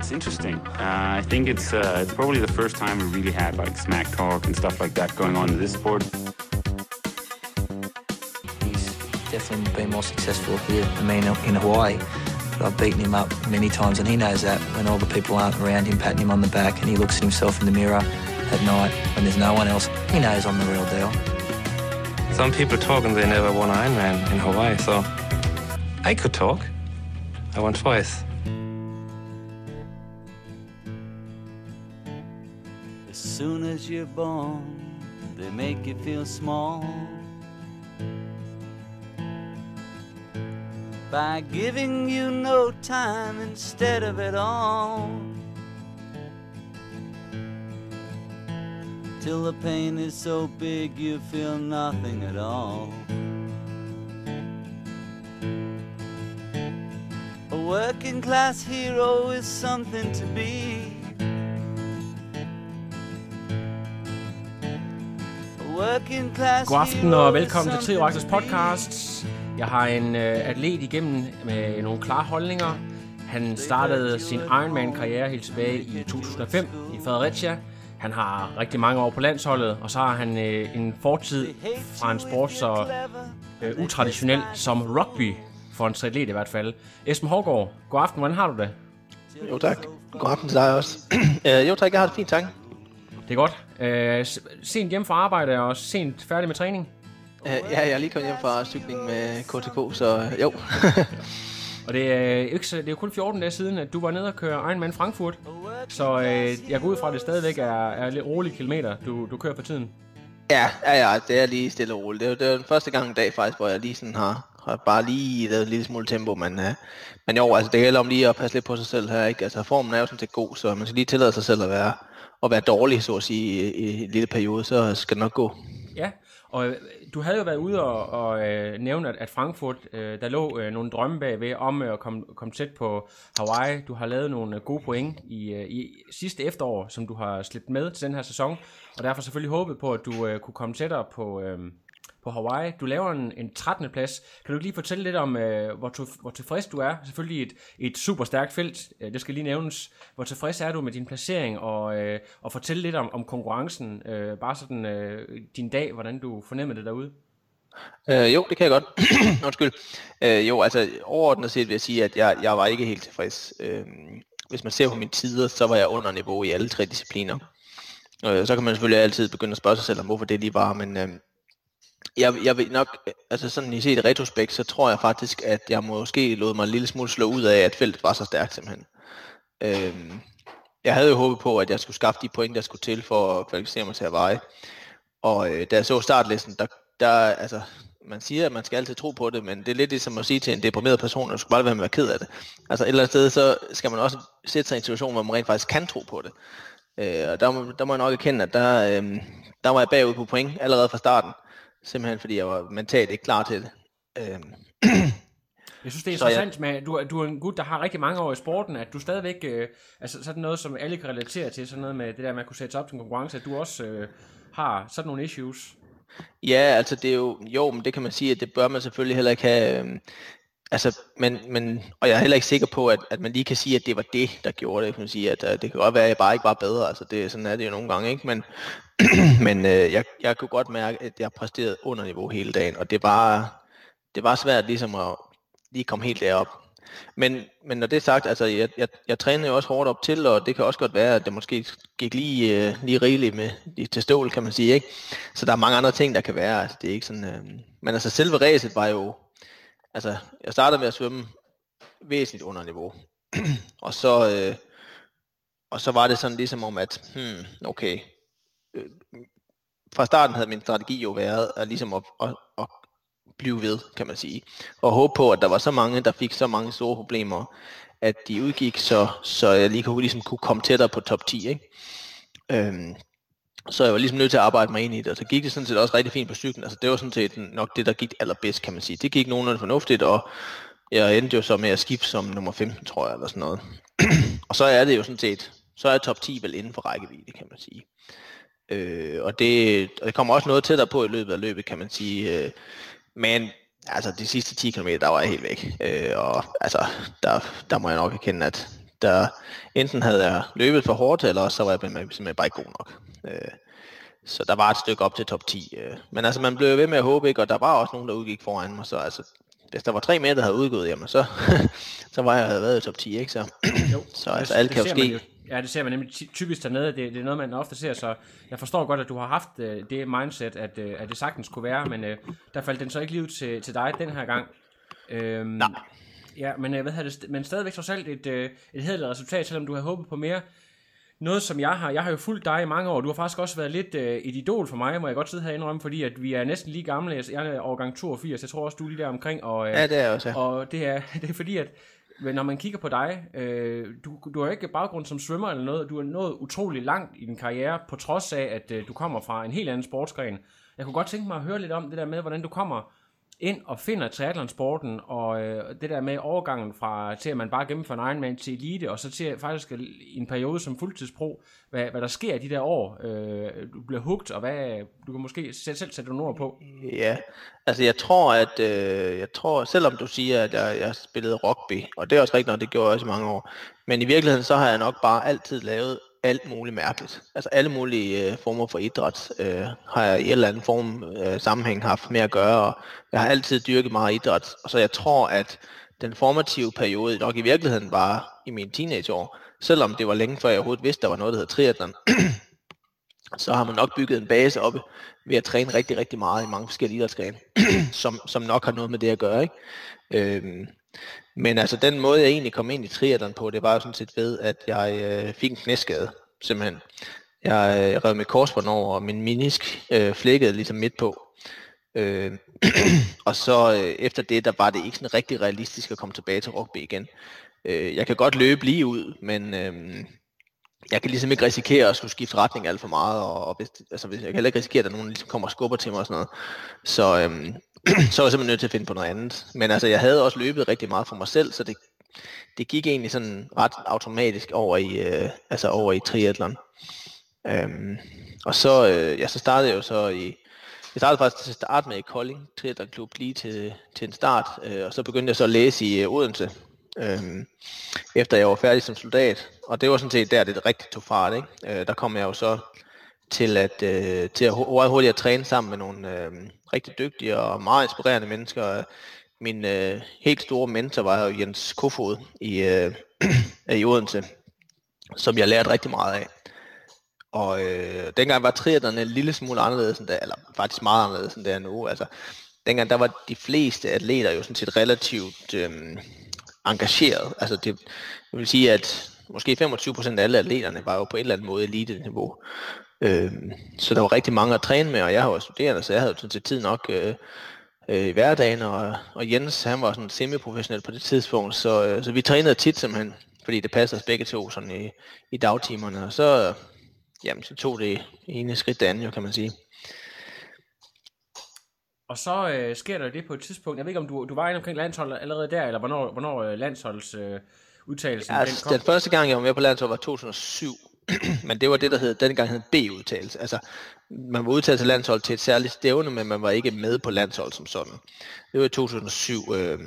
It's interesting. I think it's probably the first time we really had like smack talk and stuff like that going on in this sport. He's definitely been more successful here than me in Hawaii. But I've beaten him up many times, and he knows that when all the people aren't around him patting him on the back and he looks at himself in the mirror at night when there's no one else, he knows I'm the real deal. Some people talk and they never won Ironman in Hawaii, so I could talk. I won twice. As soon as you're born, they make you feel small by giving you no time instead of it all, till the pain is so big you feel nothing at all. A working class hero is something to be. God aften og velkommen til Trioraxis podcast. Jeg har en atlet igennem med nogle klare holdninger. Han startede sin Ironman-karriere helt tilbage i 2005 i Fredericia. Han har rigtig mange år på landsholdet, og så har han en fortid fra en sport så utraditionel som rugby, for en triatlet i hvert fald. Esben Hårgaard, god aften, hvordan har du det? Jo tak, god aften til dig også. Jo tak, jeg har det fint, tak. Det er godt. Sent hjem fra arbejde og sent færdig med træning? Ja, jeg er lige kommet hjem fra cykling med KTK, så jo. Og det er jo kun 14 dage siden, at du var nede og køre Ironman Frankfurt. Så jeg går ud fra, at det stadigvæk er lidt rolige kilometer, du kører på tiden. Ja, det er lige stille og roligt. Det var den første gang i dag faktisk, hvor jeg lige sådan har bare lige lavet en lille smule tempo. Men jo, altså det gælder om lige at passe lidt på sig selv her, ikke? Altså formen er jo sådan set god, så man skal lige tillade sig selv at være dårlig, så at sige, i en lille periode, så skal det nok gå. Ja, og du havde jo været ude og nævne, at Frankfurt, der lå nogle drømme bagved om at komme tæt på Hawaii. Du har lavet nogle gode point i sidste efterår, som du har slæbt med til den her sæson, og derfor selvfølgelig håbet på, at du kunne komme tættere på Hawaii. Du laver en 13. plads. Kan du lige fortælle lidt om, hvor tilfreds du er? Selvfølgelig et super stærkt felt, det skal lige nævnes. Hvor tilfreds er du med din placering, og fortælle lidt om konkurrencen, bare sådan din dag, hvordan du fornemmer det derude? Jo, det kan jeg godt. Undskyld. Jo, altså overordnet set vil jeg sige, at jeg var ikke helt tilfreds. Hvis man ser på mine tider, så var jeg under niveau i alle 3 discipliner. Så kan man selvfølgelig altid begynde at spørge sig selv om, hvorfor det lige var, men jeg vil nok, altså sådan i set retrospekt, så tror jeg faktisk, at jeg måske lod mig en lille smule slå ud af, at feltet var så stærkt simpelthen. Jeg havde jo håbet på, at jeg skulle skaffe de point, der skulle til for at kvalificere mig til Hawaii. Og da jeg så startlisten, der altså, man siger, at man skal altid tro på det, men det er lidt ligesom at sige til en deprimeret person, at du skal bare være med at være ked af det. Altså et eller andet sted, så skal man også sætte sig i en situation, hvor man rent faktisk kan tro på det. Og der må jeg nok erkende, at der var jeg bagud på point allerede fra starten. Simpelthen fordi jeg var mentalt ikke klar til det. Jeg synes det er interessant med, du er en gut, der har rigtig mange år i sporten, at du stadigvæk, altså sådan noget som alle kan relatere til, sådan noget med det der med at kunne sætte sig op til en konkurrence, at du også har sådan nogle issues. Ja, altså det er jo, men det kan man sige, at det bør man selvfølgelig heller ikke have, altså, men og jeg er heller ikke sikker på, at man lige kan sige, at det var det, der gjorde det. Kan man sige, at det kan godt være, at jeg bare ikke var bedre. Altså, sådan er det jo nogle gange, ikke? Men jeg kunne godt mærke, at jeg præsterede under niveau hele dagen, og det var svært ligesom at lige komme helt derop. Men når det er sagt, altså jeg trænede jo også hårdt op til, og det kan også godt være, at det måske gik lige rigeligt til stål, kan man sige, ikke? Så der er mange andre ting, der kan være. Altså, det er ikke sådan, men altså selve ræset var jo, altså, jeg startede med at svømme væsentligt under niveau, og så var det sådan ligesom om, at okay, fra starten havde min strategi jo været at ligesom at blive ved, kan man sige, og håbe på, at der var så mange, der fik så mange store problemer, at de udgik, så jeg lige kunne komme tættere på top 10, ikke? Så jeg var ligesom nødt til at arbejde mig ind i det, og så gik det sådan set også rigtig fint på cyklen. Altså det var sådan set nok det, der gik allerbedst, kan man sige. Det gik nogenlunde fornuftigt, og jeg endte jo så med at skifte som nummer 15, tror jeg, eller sådan noget. Og så er det jo sådan set, så er top 10 vel inden for rækkevidde, kan man sige. Og det kommer også noget tættere på i løbet af løbet, kan man sige. Men altså de sidste 10 km, der var jeg helt væk. Og altså, der må jeg nok erkende, at der enten havde jeg løbet for hårdt, eller også så var jeg simpelthen bare ikke god nok. Så der var et stykke op til top 10. Men altså, man blev ved med at håbe, ikke? Og der var også nogen, der udgik foran mig. Så altså, hvis der var 3 mere, der havde udgået, jamen så, så var jeg været i top 10, ikke? Så, jo, så altså, alt kan jo ske. Ja, det ser man nemlig typisk dernede. Det er noget, man ofte ser, så jeg forstår godt, at du har haft det mindset, at det sagtens kunne være, men der faldt den så ikke livet til dig den her gang. Nej. Ja, men men stadigvæk trods alt et hæderligt resultat, selvom du har håbet på mere. Noget som jeg har jo fulgt dig i mange år. Du har faktisk også været lidt et idol for mig, må jeg godt sidde her og indrømme, fordi at vi er næsten lige gamle. Jeg er årgang 82, jeg tror også du er lige der omkring. Og, ja, det er også. Og det er fordi at når man kigger på dig, du har ikke baggrund som svømmer eller noget. Du er nået utrolig langt i din karriere, på trods af at du kommer fra en helt anden sportsgren. Jeg kunne godt tænke mig at høre lidt om det der med, hvordan du kommer ind og finder triathlonsporten, og det der med overgangen fra til at man bare gennemfører en Ironman til elite, og så til faktisk i en periode som fuldtidspro, hvad der sker i de der år, du bliver hugt, og hvad du kan måske selv sætte nogle ord på. Ja, altså jeg tror, selvom du siger, at jeg spillede rugby, og det er også rigtigt nok, det gjorde jeg også i mange år, men i virkeligheden så har jeg nok bare altid lavet alt muligt mærkeligt. Altså alle mulige former for idræt har jeg i en eller anden form sammenhæng haft med at gøre, og jeg har altid dyrket meget idræt. Og så jeg tror, at den formative periode nok i virkeligheden var i mine teenageår, selvom det var længe før jeg overhovedet vidste, der var noget, der hed triathlon, så har man nok bygget en base oppe ved at træne rigtig, rigtig meget i mange forskellige idrætsgrene, som nok har noget med det at gøre, ikke? Men altså den måde jeg egentlig kom ind i triathlon på, det var jo sådan set ved, at jeg fik en knæskade, simpelthen. Jeg rev mit korsbånd over, og min menisk flækkede ligesom midt på. Og så efter det, der var det ikke sådan rigtig realistisk at komme tilbage til rugby igen. Jeg kan godt løbe lige ud, men jeg kan ligesom ikke risikere at skulle skifte retning alt for meget, og hvis jeg kan heller ikke risikere, at der nogen ligesom kommer og skubber til mig og sådan noget. Så så var jeg simpelthen nødt til at finde på noget andet. Men altså, jeg havde også løbet rigtig meget for mig selv, så det gik egentlig sådan ret automatisk over i triathlon. Og så, så startede jeg jo så jeg startede faktisk til at starte med i Kolding Triathlon Klub lige til en start, og så begyndte jeg så at læse i Odense, efter jeg var færdig som soldat. Og det var sådan set der, det rigtig tog fart, ikke? Der kom jeg jo så til at hurtigt træne sammen med nogle rigtig dygtige og meget inspirerende mennesker. Min helt store mentor var jo Jens Kofod i Odense, som jeg lærte rigtig meget af. Og dengang var triathlon en lille smule anderledes end det, eller faktisk meget anderledes end det er nu. Altså, dengang der var de fleste atleter jo sådan set relativt engageret. Altså det vil sige, at måske 25% af alle atleterne var jo på en eller anden måde elite-niveau. Så der var rigtig mange at træne med, og jeg var studerende, så jeg havde jo sådan set tid nok i hverdagen, og Jens, han var sådan semi-professionel på det tidspunkt, så vi trænede tit simpelthen, fordi det passede os begge to sådan i dagtimerne, og så tog det ene skridt det andet, jo, kan man sige. Og så sker der det på et tidspunkt, jeg ved ikke om du var inde omkring landsholdet allerede der, eller hvornår landsholds udtagelsen kom? Den første gang jeg var med på landsholdet var 2007, men det var det, der dengang hed B-udtagelse. Altså, man var udtaget til landshold til et særligt stævne, men man var ikke med på landshold som sådan. Det var i 2007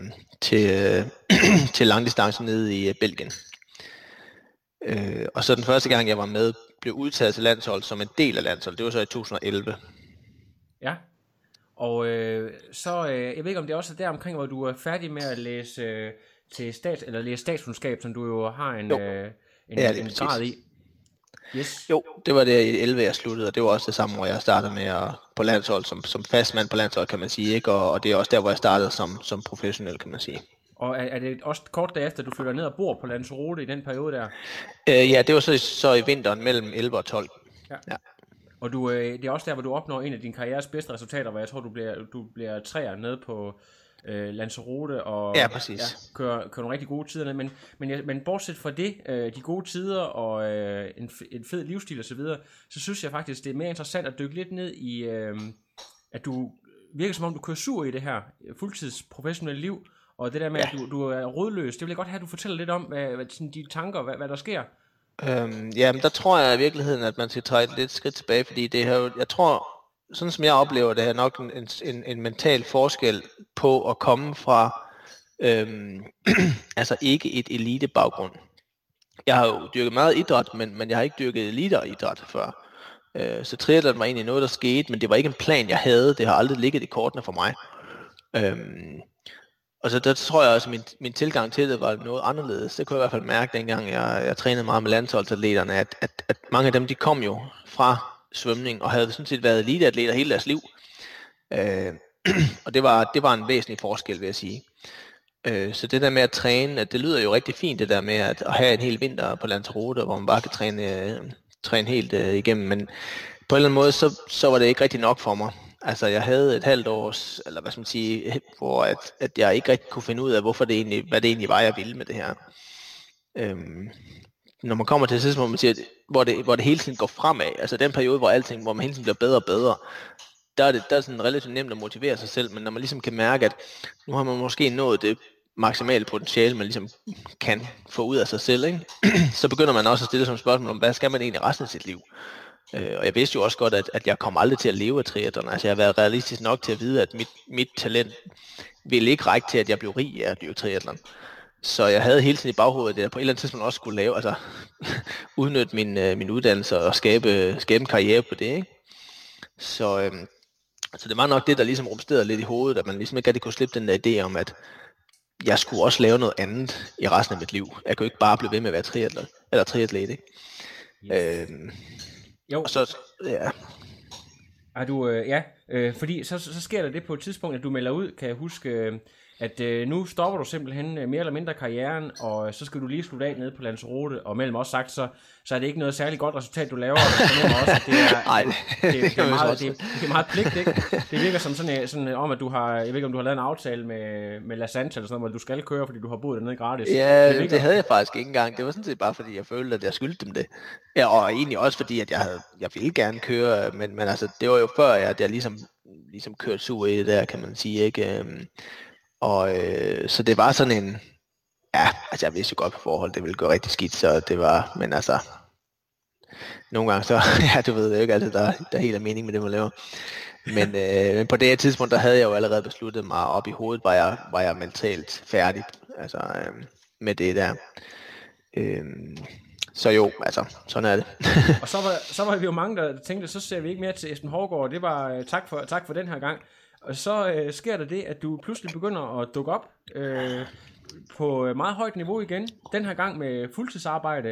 til langdistance nede i Belgien. Og så den første gang, jeg var med, blev udtaget til landshold som en del af landsholdet. Det var så i 2011. Ja. Og jeg ved ikke, om det også er der omkring, hvor du er færdig med at læse læse statskundskab, som du jo har en grad i. Yes. Jo, det var det i 11, jeg sluttede, og det var også det samme, hvor jeg startede med på landshold, som fastmand på landshold, kan man sige, ikke? Og det er også der, hvor jeg startede som professionel, kan man sige. Og er det også kort derefter, du flytter ned og bor på Lanzarote i den periode der? Ja, det var så i vinteren mellem 11 og 12. Ja. Og det er også der, hvor du opnår en af din karrieres bedste resultater, hvor jeg tror, du bliver træer nede på Lanzarote og kører nogle rigtig gode tider ned. Men bortset fra det, de gode tider og en fed livsstil og så videre, så synes jeg faktisk, det er mere interessant at dykke lidt ned i, at du virker som om, du kører sur i det her fuldtids professionelle liv, og det der med, at du er rådløs. Det vil jeg godt have, at du fortæller lidt om, hvad dine tanker, hvad der sker. Jamen der tror jeg i virkeligheden, at man skal træde lidt skridt tilbage, fordi det her, jeg tror, sådan som jeg oplever det her, nok en mental forskel på at komme fra altså ikke et elite baggrund, Jeg har jo dyrket meget idræt, men jeg har ikke dyrket eliteidræt før. Så triathlon var egentlig noget, der skete, men det var ikke en plan, jeg havde. Det har aldrig ligget i kortene for mig. Og så der tror jeg også, at min tilgang til det var noget anderledes. Det kunne jeg i hvert fald mærke, dengang jeg trænede meget med landsholdsatleterne, at mange af dem, de kom jo fra svømning, og havde sådan set været eliteatleter hele deres liv. Og det var en væsentlig forskel, vil jeg sige. Så det der med at træne, det lyder jo rigtig fint, det der med at have en hel vinter på Lanzarote, hvor man bare kan træne helt igennem, men på en eller anden måde, så var det ikke rigtig nok for mig. Altså jeg havde et halvt års, eller hvad skal man sige, hvor at jeg ikke rigtig kunne finde ud af, hvad det egentlig var, jeg ville med det her. Når man kommer til et tidspunkt, man siger, hvor det hele tiden går fremad, altså den periode, hvor man hele tiden bliver bedre og bedre, der er det sådan relativt nemt at motivere sig selv, men når man ligesom kan mærke, at nu har man måske nået det maksimale potentiale, man ligesom kan få ud af sig selv, ikke? Så begynder man også at stille som spørgsmål om, hvad skal man egentlig resten af sit liv? Og jeg vidste jo også godt, at jeg kommer aldrig til at leve af triathlon. Altså jeg har været realistisk nok til at vide, at mit talent ville ikke række til, at jeg blev rig af at dyrke triathlon. Så jeg havde hele tiden i baghovedet, at jeg på et eller andet tidspunkt også skulle lave, altså udnytte min uddannelse og skabe en karriere på det, ikke? Så det var nok det, der ligesom rumsterede lidt i hovedet, at man ligesom ikke rigtig kunne slippe den der idé om, at jeg skulle også lave noget andet i resten af mit liv. Jeg kunne ikke bare blive ved med at være triatlet, ikke? Yes. Jo. Og så, ja. Er du, fordi så sker der det på et tidspunkt, at du melder ud, kan jeg huske, at nu stopper du simpelthen mere eller mindre karrieren, og så skal du lige slutte af nede på Lanzarote, og mellem også sagt, så er det ikke noget særligt godt resultat, du laver, og også, at det er meget pligt, ikke? Det virker som sådan om, at du har, jeg ved ikke, om du har lavet en aftale med La Santa, eller sådan noget, hvor du skal køre, fordi du har boet dernede gratis. Ja, det havde jeg faktisk ikke engang. Det var sådan set bare, fordi jeg følte, at jeg skyldte dem det. Ja, og egentlig også fordi, at jeg ville gerne køre, men altså, det var jo før, at jeg ligesom kørte sur i det der, kan man sige, ikke? Og så det var sådan en, ja, altså jeg vidste jo godt på forhold, det ville gå rigtig skidt, så det var, men altså, nogle gange så, ja, du ved jo ikke altid, der helt er mening med det, man laver. Men på det her tidspunkt, der havde jeg jo allerede besluttet mig, op i hovedet var jeg mentalt færdig, altså med det der. Så jo, altså, sådan er det. Og så var vi jo mange, der tænkte, så ser vi ikke mere til Esben Hårgaard, det var tak for den her gang. Og så sker der det, at du pludselig begynder at dukke op på meget højt niveau igen. Den her gang med fuldtidsarbejde.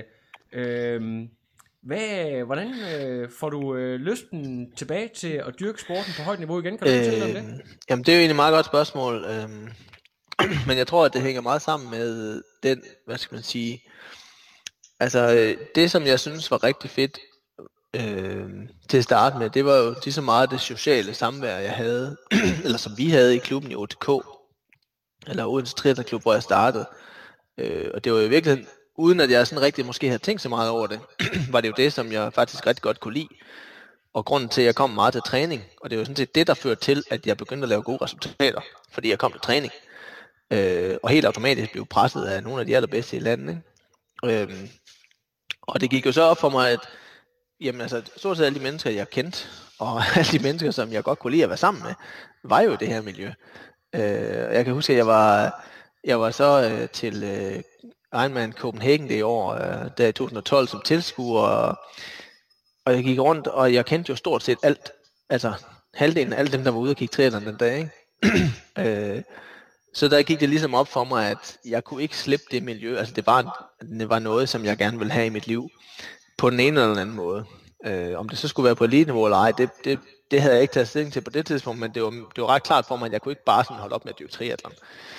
Hvordan får du lysten tilbage til at dyrke sporten på højt niveau igen? Kan du fortælle om det? Jamen det er jo egentlig et meget godt spørgsmål. Men jeg tror, at det hænger meget sammen med den, hvad skal man sige... Altså det, som jeg synes var rigtig fedt til at starte med, det var jo lige så meget det sociale samvær, jeg havde, eller som vi havde i klubben i OTK, eller Odense Triathlon-klub, hvor jeg startede. Og det var jo virkelig, uden at jeg sådan rigtig måske havde tænkt så meget over det, var det jo det, som jeg faktisk rigtig godt kunne lide. Og grunden til, at jeg kom meget til træning, og det var sådan set det, der førte til, at jeg begyndte at lave gode resultater, fordi jeg kom til træning. Og helt automatisk blev presset af nogle af de allerbedste i landet, ikke? Og det gik jo så op for mig, at jamen altså, stort set alle de mennesker, jeg kendte, og alle de mennesker, som jeg godt kunne lide at være sammen med, var jo det her miljø. Jeg kan huske, at jeg var så til Ironman Copenhagen det år, der i 2012 som tilskuer, og jeg gik rundt, og jeg kendte jo stort set alt, altså halvdelen af alle dem, der var ude og kigge triathlon den dag, ikke? Så der gik det ligesom op for mig, at jeg kunne ikke slippe det miljø, altså det var noget, som jeg gerne ville have i mit liv, på den ene eller den anden måde. Om det så skulle være på elite-niveau eller ej, det havde jeg ikke taget stilling til på det tidspunkt, men det var ret klart for mig, at jeg kunne ikke bare sådan holde op med at dyrke triathlon.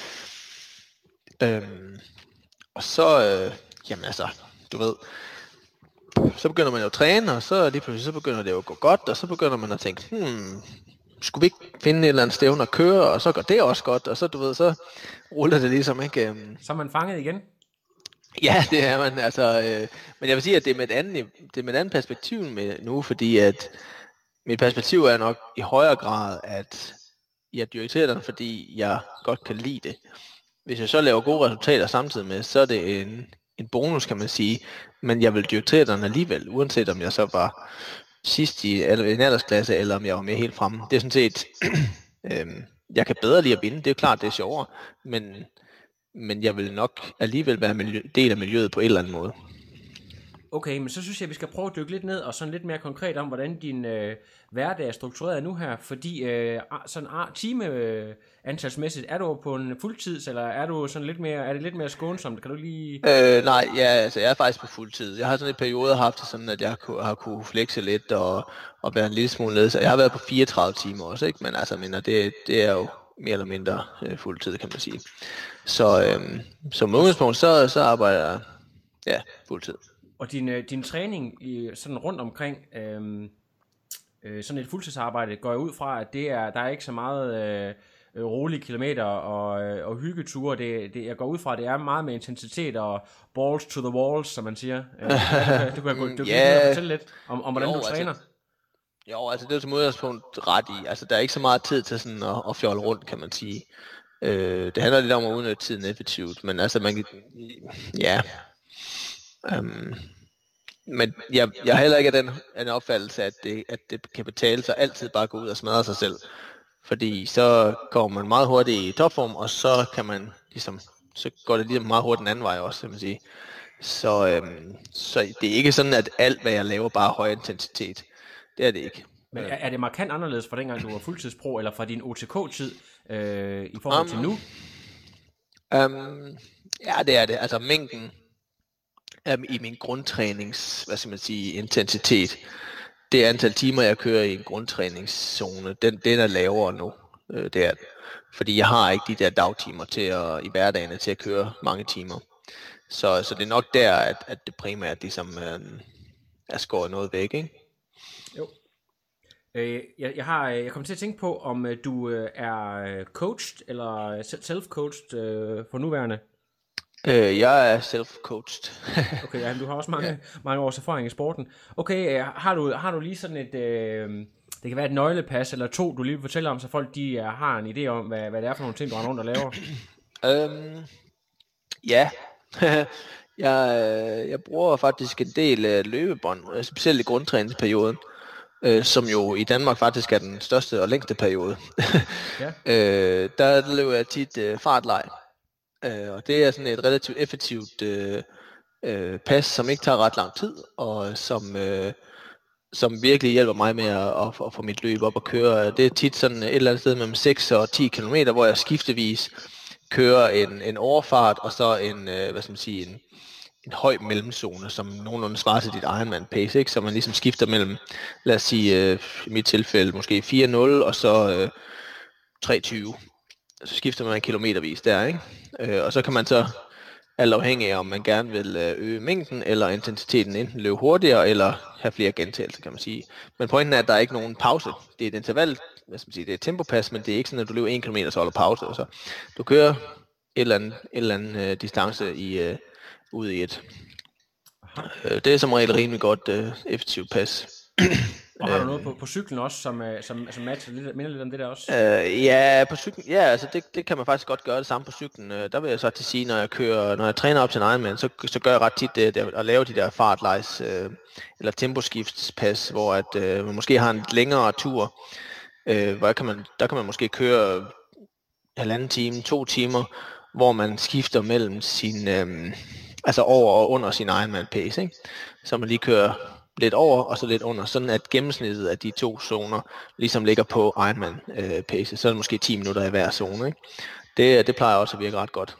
Og så, jamen altså, du ved, så begynder man jo at træne, og så lige pludselig så begynder det jo at gå godt, og så begynder man at tænke, skulle vi ikke finde et eller andet stævne at køre, og så går det også godt, og så, du ved, så ruller det ligesom, ikke? Så er man fanget igen? Ja, det er man, altså, men jeg vil sige, at det er med et andet perspektiv med nu, fordi at mit perspektiv er nok i højere grad, at jeg dyrker triathlon, fordi jeg godt kan lide det. Hvis jeg så laver gode resultater samtidig med, så er det en bonus, kan man sige, men jeg vil dyrke triathlon alligevel, uanset om jeg så var sidst i en aldersklasse, eller om jeg var med helt fremme. Det er sådan set, jeg kan bedre lide at vinde, det er jo klart, det er sjovere, men jeg vil nok alligevel være del af miljøet på en eller anden måde. Okay, men så synes jeg, at vi skal prøve at dykke lidt ned og sådan lidt mere konkret om, hvordan din hverdag er struktureret nu her, fordi sådan timeantalsmæssigt, er du på en fuldtids, eller er du sådan lidt mere, er det lidt mere skånsomt? Kan du lige... Nej, ja, altså jeg er faktisk på fuldtid. Jeg har sådan et periode haft det sådan, at jeg har kunne flexe lidt og være en lille smule nede. Så jeg har været på 34 timer også, ikke? Men altså, det er jo mere eller mindre fuldtid, kan man sige. Så som udgangspunkt, så arbejder jeg fuldtid. Og din træning sådan rundt omkring sådan et fuldtidsarbejde går jeg ud fra, at der er ikke så meget rolige kilometer og hyggeture. Jeg går ud fra, at det er meget med intensitet og balls to the walls, som man siger. Du kan gå fortælle lidt om hvordan du træner. Jo, altså det er som udgangspunkt ret i. Altså der er ikke så meget tid til sådan at fjolle rundt, kan man sige. Det handler lidt om at udnytte tiden effektivt, men altså man kan... Ja... Men jeg har heller ikke den opfattelse, at det kan betale sig altid bare gå ud og smadre sig selv. Fordi så kommer man meget hurtigt i topform, og så kan man ligesom, så går det ligesom meget hurtigt den anden vej også, kan man sige. Så det er ikke sådan, at alt hvad jeg laver bare er høj intensitet. Det er det ikke. Men er det markant anderledes fra dengang du var fuldtidspro, eller fra din OTK-tid i forhold til nu? Ja, det er det. Altså mængden i min grundtrænings, hvad skal man sige, intensitet, det antal timer jeg kører i en grundtræningszone, den er lavere nu. Det er det. Fordi jeg har ikke de der dagtimer i hverdagen til at køre mange timer. Så det er nok der, at det primært ligesom er skåret noget væk, ikke? Jo. Jeg kommer til at tænke på, om du er coached eller self-coached for nuværende. Jeg er self-coached. Okay, ja, du har også mange års erfaring i sporten. Okay, har du lige sådan et, det kan være et nøglepas eller to, du lige vil fortælle om, så folk de har en idé om, hvad det er for nogle ting, du har rundt og laver? Ja, jeg bruger faktisk en del løbebånd, specielt i grundtræningsperioden, som jo i Danmark faktisk er den største og længste periode. Ja. Der løber jeg tit fartleg. Og det er sådan et relativt effektivt pas, som ikke tager ret lang tid, og som virkelig hjælper mig med at få mit løb op og køre. Det er tit sådan et eller andet sted mellem 6 og 10 km, hvor jeg skiftevis kører en overfart, og så en høj mellemzone, som nogenlunde svarer til dit Ironman pace, ikke? Så man ligesom skifter mellem, lad os sige, i mit tilfælde måske 4.0 og så 3.20. Så skifter man kilometervis der, ikke? Og så kan man så, alt afhængig af om man gerne vil øge mængden eller intensiteten, enten løbe hurtigere eller have flere gentagelser, kan man sige. Men pointen er, at der er ikke nogen pause. Det er et interval, det er et tempopas, men det er ikke sådan, at du løber 1 kilometer, så holder pause. Så du kører et eller andet distance ud i et. Det er som regel rimelig godt effektivt pas. Og har du noget på cyklen også, som matcher minder lidt om det der også? Ja, på cyklen, ja, altså det kan man faktisk godt gøre det samme på cyklen. Der vil jeg så til sige, når jeg træner op til en Ironman, så gør jeg ret tit det at lave de der fartlejs eller temposkiftspas, hvor at man måske har en længere tur, hvor der kan man måske køre 1,5 time, 2 timer, hvor man skifter mellem sin altså over og under sin Ironman pace, ikke? Så man lige kører lidt over og så lidt under, sådan at gennemsnittet af de to zoner ligesom ligger på Ironman pace. Så er det måske 10 minutter i hver zone, ikke? Det plejer også at virke ret godt.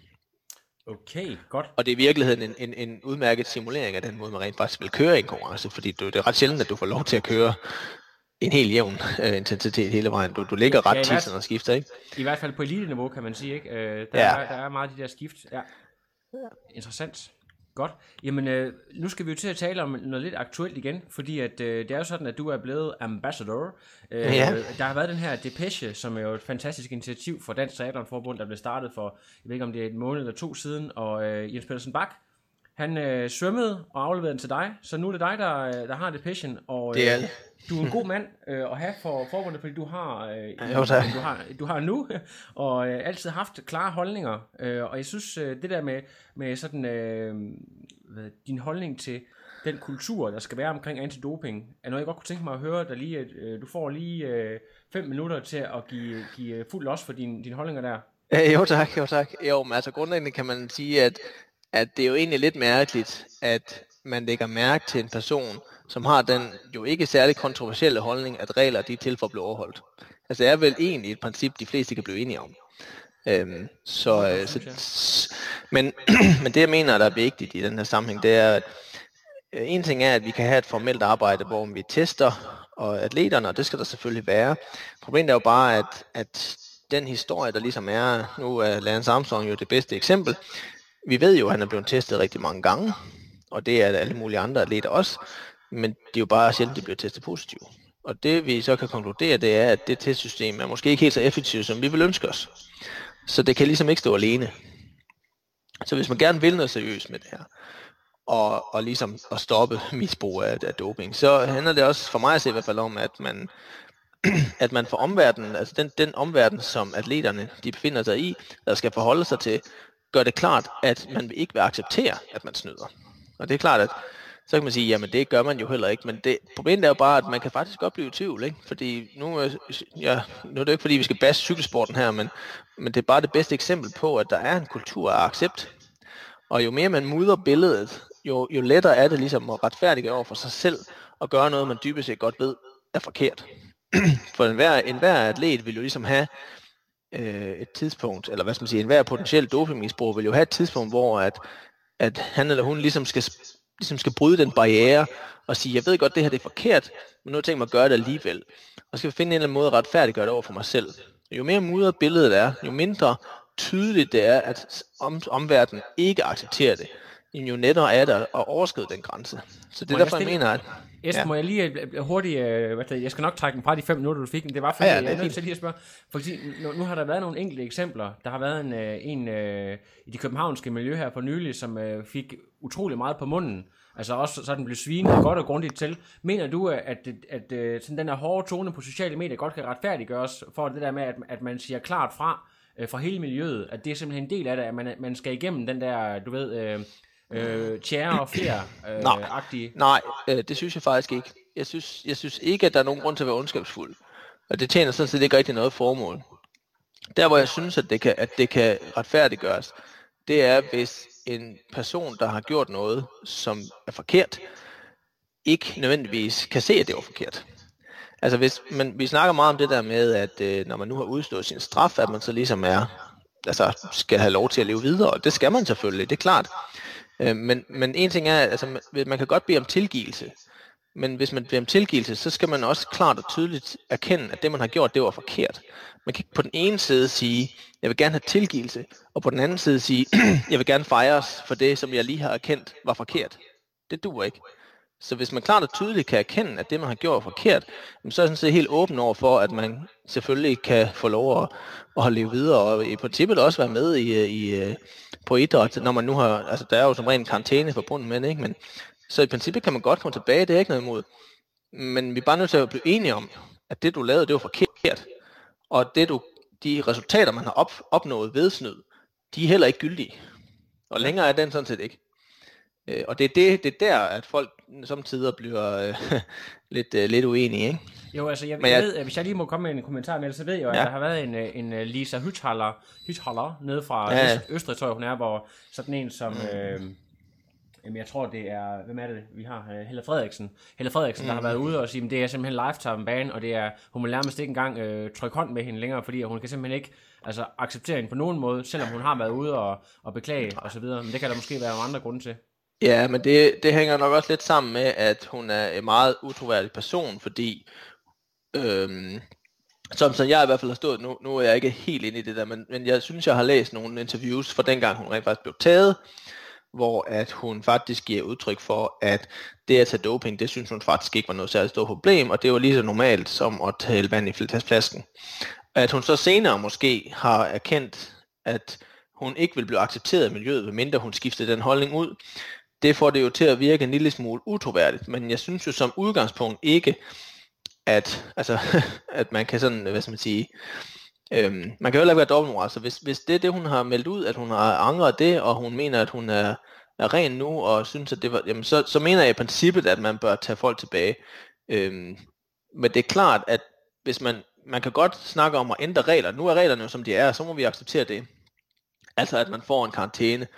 Okay, godt. Og det er i virkeligheden en udmærket simulering af den måde, man rent faktisk vil køre i en konkurrence, fordi det er ret sjældent, at du får lov til at køre en helt jævn intensitet hele vejen. Du ligger ret tit sådan og skifter, ikke? I hvert fald på elite-niveau, kan man sige, ikke? Der er meget de der skift. Ja. Interessant. Godt. Jamen, nu skal vi jo til at tale om noget lidt aktuelt igen, fordi at, det er jo sådan, at du er blevet ambassador. Der har været den her Depeche, som er jo et fantastisk initiativ for Dansk Triathlon Forbund, der blev startet for, jeg ved ikke om det er 1 måned eller 2 siden, og Jens Pedersen Bak, han svømmede og afleverede den til dig, så nu er det dig, der har Depechen, og du er en god mand at have for forbundet, fordi du har nu, og altid haft klare holdninger, og jeg synes, det der med sådan din holdning til den kultur, der skal være omkring antidoping, er noget, jeg godt kunne tænke mig at høre, du får lige 5 minutter til at give fuld los for dine holdninger der. Jo tak. Jo, men altså grundlæggende kan man sige, at det er jo egentlig lidt mærkeligt, at man lægger mærke til en person, som har den jo ikke særlig kontroversielle holdning, at regler de er til for at blive overholdt. Altså det er vel egentlig et princip, de fleste kan blive enige om. Men det jeg mener, der er vigtigt i den her sammenhæng, det er, at en ting er, at vi kan have et formelt arbejde, hvor vi tester og atleterne, og det skal der selvfølgelig være. Problemet er jo bare, at den historie, der ligesom er, nu er Lance Armstrong jo det bedste eksempel. Vi ved jo, at han er blevet testet rigtig mange gange, og det er alle mulige andre atleter også, men det er jo bare sjældent, de bliver testet positivt. Og det vi så kan konkludere, det er, at det testsystem er måske ikke helt så effektivt, som vi vil ønske os. Så det kan ligesom ikke stå alene. Så hvis man gerne vil noget seriøst med det her, og ligesom at stoppe misbrug af doping, så handler det også for mig at se i hvert fald om, at man for omverdenen, altså den omverden, som atleterne de befinder sig i, der skal forholde sig til, gør det klart, at man ikke vil acceptere, at man snyder. Og det er klart, at så kan man sige, jamen det gør man jo heller ikke, men problemet er jo bare, at man kan faktisk godt blive i tvivl, ikke? Fordi nu er det ikke fordi, vi skal basse cykelsporten her, men det er bare det bedste eksempel på, at der er en kultur af accept. Og jo mere man mudrer billedet, jo lettere er det ligesom at retfærdiggøre over for sig selv, og gøre noget, man dybest set godt ved, er forkert. For enhver atlet vil jo ligesom have et tidspunkt, eller hvad skal man sige, enhver potentiel dopingmisbrug vil jo have et tidspunkt, hvor at han eller hun ligesom skal bryde den barriere og sige, jeg ved godt, det her det er forkert, men nu har jeg tænkt mig at gøre det alligevel. Og skal finde en eller anden måde at retfærdiggøre det over for mig selv. Jo mere mudret billedet er, jo mindre tydeligt det er, at omverdenen ikke accepterer det, jo nettere er der at overskride den grænse. Så det er derfor, jeg mener, at... Må jeg lige hurtigt... jeg skal nok trække den fra de 5 minutter, du fik. Det var fordi, jeg er nødt til lige at spørge. Fordi nu har der været nogle enkelte eksempler. Der har været en i det københavnske miljø her for nylig, som fik utrolig meget på munden. Altså også så den blev svinet godt og grundigt til. Mener du, at sådan den her hårde tone på sociale medier godt kan retfærdiggøres for det der med, at man siger klart fra hele miljøet, at det er simpelthen en del af det, at man skal igennem den der, du ved... tjære og flere-agtige? Nej, det synes jeg faktisk ikke. Jeg synes ikke, at der er nogen grund til at være ondskabsfuld. Og det tjener sådan set ikke rigtig noget formål. Der hvor jeg synes, at det kan retfærdiggøres, det er, hvis en person, der har gjort noget, som er forkert, ikke nødvendigvis kan se, at det var forkert. Altså vi snakker meget om det der med, at når man nu har udstået sin straf, at man så ligesom skal have lov til at leve videre, og det skal man selvfølgelig, det er klart. Men en ting er, altså man kan godt bede om tilgivelse, men hvis man beder om tilgivelse, så skal man også klart og tydeligt erkende, at det man har gjort, det var forkert. Man kan ikke på den ene side sige, jeg vil gerne have tilgivelse, og på den anden side sige, jeg vil gerne fejres for det, som jeg lige har erkendt, var forkert. Det duer ikke. Så hvis man klart og tydeligt kan erkende, at det man har gjort er forkert, så er jeg sådan set helt åben over for, at man selvfølgelig kan få lov at leve videre, og i princippet også være med på idræt, når man nu har, altså der er jo som ren karantæne forbundet med det, ikke? Men så i princippet kan man godt komme tilbage, det er ikke noget imod. Men vi er bare nødt til at blive enige om, at det du lavede, det var forkert, og de resultater, man har opnået ved snyd, de er heller ikke gyldige. Og længere er den sådan set ikke. Og det er der, at folk samtidig bliver lidt uenige, ikke? Jo, altså jeg ved, hvis jeg lige må komme med en kommentar med det, så ved jeg jo, at der har været en Lisa Hüthaler nede fra Østrig, tror jeg hun er, hvor sådan en som... jeg tror det er, hvem er det, vi har? Helle Frederiksen, der har været ude og sige, at det er simpelthen lifetime ban, og det er, hun må nærmest ikke engang trykke hånd med hende længere, fordi hun kan simpelthen ikke acceptere hende på nogen måde, selvom hun har været ude og beklage og så videre. Men det kan der måske være nogle andre grunde til. Ja, men det hænger nok også lidt sammen med, at hun er en meget utroværdig person, fordi som jeg i hvert fald har stået, nu er jeg ikke helt inde i det der, men jeg synes, jeg har læst nogle interviews fra dengang hun rent faktisk blev taget, hvor at hun faktisk giver udtryk for, at det at tage doping, det synes hun faktisk ikke var noget særligt stort problem, og det var lige så normalt som at hælde vand i flasken. At hun så senere måske har erkendt, at hun ikke vil blive accepteret i miljøet, medmindre hun skiftede den holdning ud, det får det jo til at virke en lille smule utroværdigt, men jeg synes jo som udgangspunkt ikke, at man kan sådan, hvad skal man sige, man kan jo heller ikke være dobbeltmoral, så hvis det er det, hun har meldt ud, at hun har angret det, og hun mener, at hun er ren nu, og synes, at det var, jamen så mener jeg i princippet, at man bør tage folk tilbage. Men det er klart, at hvis man kan godt snakke om at ændre regler, nu er reglerne jo som de er, så må vi acceptere det. Altså at man får en karantæne,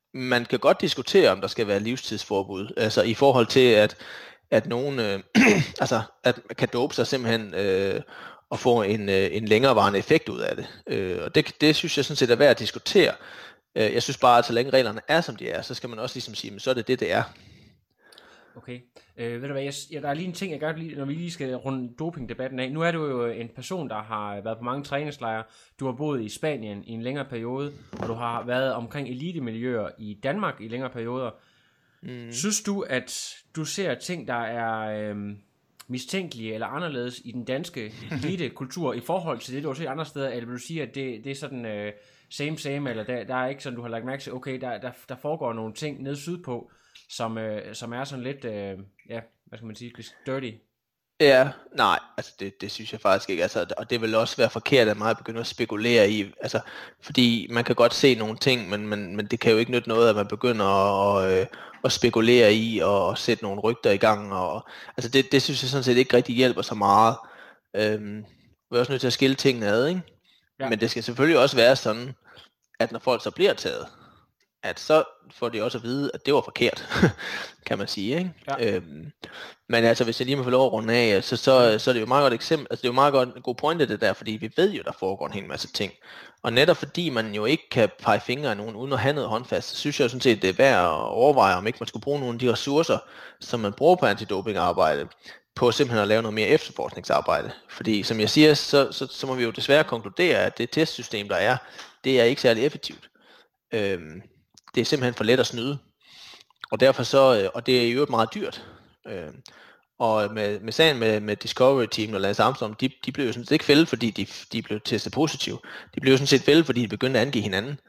man kan godt diskutere, om der skal være livstidsforbud. Altså i forhold til, at nogen altså, at kan dope sig simpelthen og få en længerevarende effekt ud af det. Og det synes jeg sådan set er værd at diskutere. Jeg synes bare, at så længe reglerne er, som de er, så skal man også ligesom sige, men så er det er. Okay. Ved du hvad, der er lige en ting, jeg gerne lige, når vi lige skal runde dopingdebatten af. Nu er du jo en person, der har været på mange træningslejre. Du har boet i Spanien i en længere periode, og du har været omkring elitemiljøer i Danmark i længere perioder. Synes du, at du ser ting, der er mistænkelige eller anderledes i den danske elitekultur i forhold til det, du har set andre steder? Eller vil du sige, at det er sådan same, eller der er ikke sådan, du har lagt mærke til, okay, der foregår nogle ting nede sydpå, som er sådan lidt, hvad skal man sige, lidt dirty? Ja, nej, altså det synes jeg faktisk ikke, altså, og det vil også være forkert at mig at begynde at spekulere i, altså, fordi man kan godt se nogle ting, men det kan jo ikke nytte noget, at man begynder at spekulere i og sætte nogle rygter i gang, og altså det synes jeg sådan set ikke rigtig hjælper så meget. Vi er også nødt til at skille tingene ad, ikke? Ja. Men det skal selvfølgelig også være sådan, at når folk så bliver taget, at så får de også at vide, at det var forkert, kan man sige, ikke? Ja. Men altså, hvis jeg lige må få lov at runde af, så er det jo meget godt eksempel, altså det er jo meget godt en god pointe det der, fordi vi ved jo, der foregår en hel masse ting. Og netop fordi man jo ikke kan pege fingre af nogen uden at have noget håndfast, så synes jeg sådan set, det er værd at overveje, om ikke man skulle bruge nogle af de ressourcer, som man bruger på antidopingarbejde, på simpelthen at lave noget mere efterforskningsarbejde. Fordi som jeg siger, så må vi jo desværre konkludere, at det testsystem, der er, det er ikke særlig effektivt. Det er simpelthen for let at snyde. Og derfor så, og det er jo meget dyrt. Og med sagen med Discovery Team og Lance Armstrong, de blev jo sådan set ikke fældet, fordi de blev testet positivt. De blev jo sådan set fældet, fordi de begyndte at angive hinanden.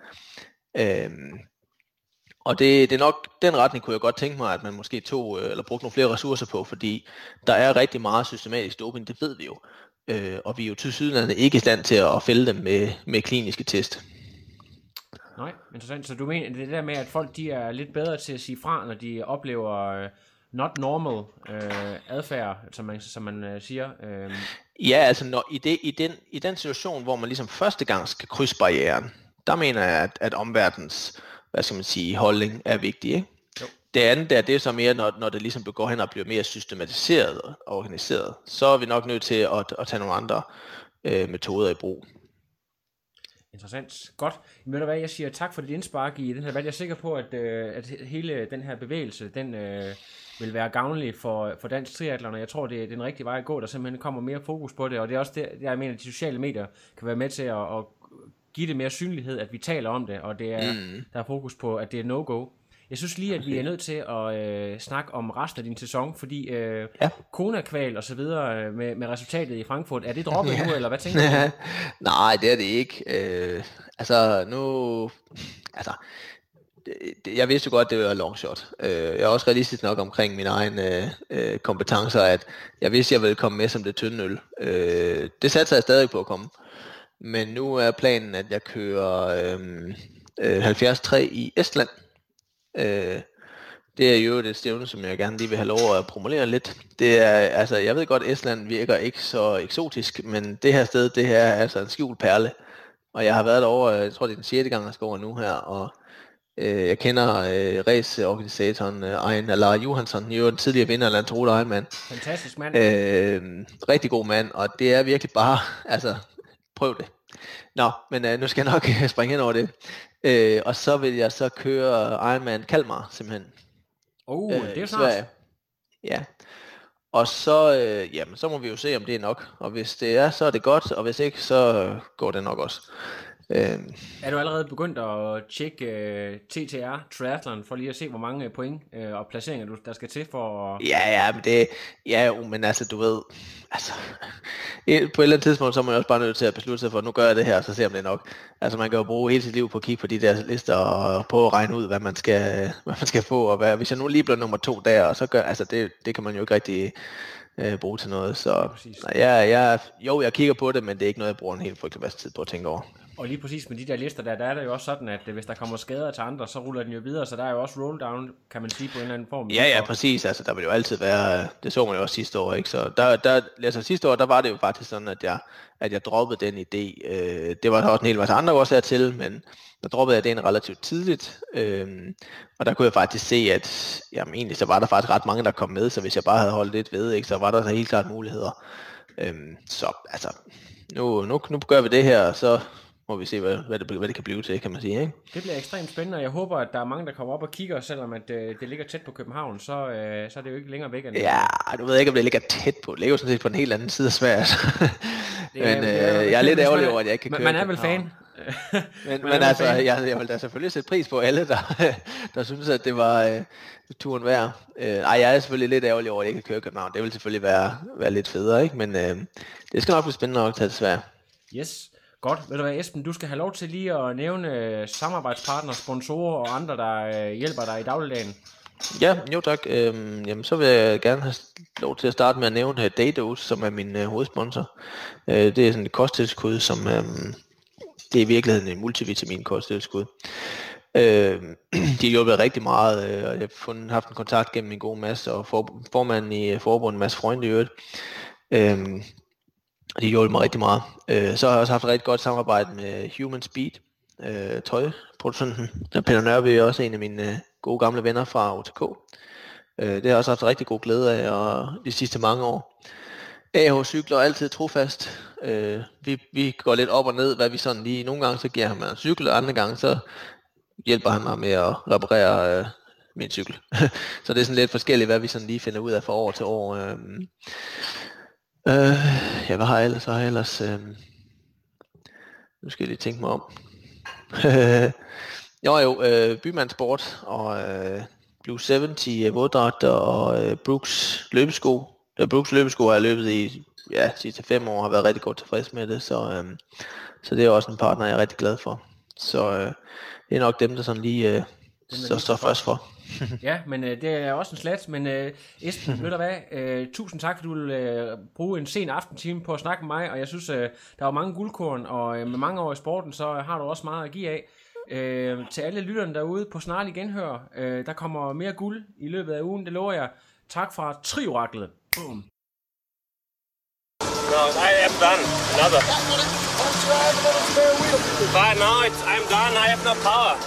Og det er nok, den retning kunne jeg godt tænke mig, at man måske tog, eller brugte nogle flere ressourcer på, fordi der er rigtig meget systematisk doping, det ved vi jo. Og vi er jo tilsyneladende ikke i stand til at fælde dem med kliniske test. Nej, interessant. Så du mener det der med, at folk de er lidt bedre til at sige fra, når de oplever not normal adfærd, som man siger? Ja, altså i den situation, hvor man ligesom første gang skal krydse barrieren, der mener jeg, at omverdens, hvad skal man sige, holdning er vigtig, ikke? Jo. Det andet der, det er så mere, når det ligesom går hen og bliver mere systematiseret og organiseret, så er vi nok nødt til at tage nogle andre metoder i brug. Interessant. Godt. Men ved du hvad, jeg siger tak for dit indspark i den her debat. Jeg er sikker på, at hele den her bevægelse, den vil være gavnlig for dansk triathlon, og jeg tror, det er den rigtige vej at gå, der simpelthen kommer mere fokus på det, og det er også det, jeg mener, at de sociale medier kan være med til at give det mere synlighed, at vi taler om det, og det er, der er fokus på, at det er no-go. Jeg synes lige, at vi er nødt til at snakke om resten af din sæson, fordi Kona-kval og så videre med resultatet i Frankfurt, er det droppet nu, eller hvad tænker du? Nej, det er det ikke. Jeg vidste jo godt, det var longshot. Jeg er også realistisk nok omkring mine egne kompetencer, at jeg vidste, jeg ville komme med som det tynde øl. Det satser jeg stadig på at komme. Men nu er planen, at jeg kører 73 i Estland. Det er jo det stævne, som jeg gerne lige vil have lov at promulere lidt. Det er, altså, jeg ved godt, at Estland virker ikke så eksotisk, men det her sted, det her er altså en skjult perle. Og jeg har været derovre, jeg tror det er den 6. gang, jeg skal over nu her, og jeg kender raceorganisatoren Ejn Alar Johansson, jo den tidligere vinder af Lanzarote Ironman. Fantastisk mand. Rigtig god mand, og det er virkelig bare, altså, prøv det. Nå, men nu skal jeg nok springe hen over det. Og så vil jeg så køre Ironman Kalmar, simpelthen. Det er snart. Ja. Og så, jamen, så må vi jo se, om det er nok. Og hvis det er, så er det godt, og hvis ikke, så går det nok også. Er du allerede begyndt at tjekke TTR Triathlon for lige at se, hvor mange point og placeringer der skal til for? Men altså du ved, altså på et eller andet tidspunkt så må jeg også bare nødt til at beslutte sig for, at nu gør jeg det her, og så ser om det er nok. Altså man kan jo bruge hele sit liv på at kigge på de der lister og på at regne ud, hvad man skal få, og hvis jeg nu lige bliver nummer 2 der, og så gør, altså det kan man jo ikke rigtig bruge til noget. Så jeg kigger på det, men det er ikke noget, jeg bruger en helt frygtelig masse tid på at tænke over. Og lige præcis med de der lister der er det jo også sådan, at hvis der kommer skader til andre, så ruller den jo videre, så der er jo også roll down, kan man sige, på en eller anden form. Ja, præcis. Altså, der vil jo altid være, det så man jo også sidste år, ikke? Så altså sidste år, der var det jo faktisk sådan, at jeg droppede den idé. Det var der også en hel masse andre årsager til, men der droppede jeg den relativt tidligt. Og der kunne jeg faktisk se, at jamen, egentlig så var der faktisk ret mange, der kom med, så hvis jeg bare havde holdt lidt ved, ikke, så var der så helt klart muligheder. Så altså, nu gør vi det her, og så må vi se, hvad det kan blive til, kan man sige, ikke? Det bliver ekstremt spændende, og jeg håber, at der er mange, der kommer op og kigger, selvom at det ligger tæt på København, så er det jo ikke længere væk. Ja, du ved ikke, om det ligger tæt på. Det ligger jo sådan set på den helt anden side af Sverige. Men jeg er lidt ærgerlig over, at jeg ikke kan køre. Man er vel fan? men altså, jeg vil da selvfølgelig sætte pris på alle, der synes, at det var turen værd. Jeg er selvfølgelig lidt ærgerlig over, at jeg ikke kan køre København. Det vil selvfølgelig være lidt federe, ikke? Men det skal nok blive spændende nok til Sverige. Yes. Godt. Ved du hvad, Esben, du skal have lov til lige at nævne samarbejdspartnere, sponsorer og andre, der hjælper dig i dagligdagen. Ja, jo tak. Jamen, så vil jeg gerne have lov til at starte med at nævne Daydose, som er min hovedsponsor. Det er sådan et kosttilskud, som det er i virkeligheden en multivitamin kosttilskud. De har hjulpet rigtig meget, og jeg har haft en kontakt gennem min gode Mads og formanden i forbundet, Mads Freund i øvrigt. De hjulpet mig rigtig meget. Så har jeg også haft et rigtig godt samarbejde med Human Speed, tøjproducenten. Peter Nørby er også en af mine gode gamle venner fra OTK. Det har jeg også haft rigtig god glæde af og de sidste mange år. AH cykler altid trofast. Vi går lidt op og ned, hvad vi sådan lige. Nogle gange så giver han mig en cykel, og andre gange så hjælper han mig med at reparere min cykel. Så det er sådan lidt forskelligt, hvad vi sådan lige finder ud af fra år til år. Ja, hvad har jeg ellers? Nu skal jeg lige tænke mig om. Bymann Sport og Blue 70 våddragter og Brooks løbesko. Brooks løbesko har jeg løbet i sidste 5 år, har været rigtig godt tilfreds med det, så det er også en partner, jeg er rigtig glad for. Så det er nok dem, der sådan lige står først for. Ja, men det er også en slat, men Esben, ved du hvad, tusind tak, fordi du vil bruge en sen aftentime på at snakke med mig, og jeg synes, der er mange guldkorn, og med mange år i sporten, så har du også meget at give af. Til alle lytterne derude på snarlig genhør, der kommer mere guld i løbet af ugen, det lover jeg. Tak fra Trioraklet. Boom. No, I am done. Another. But now I'm done. I have no power.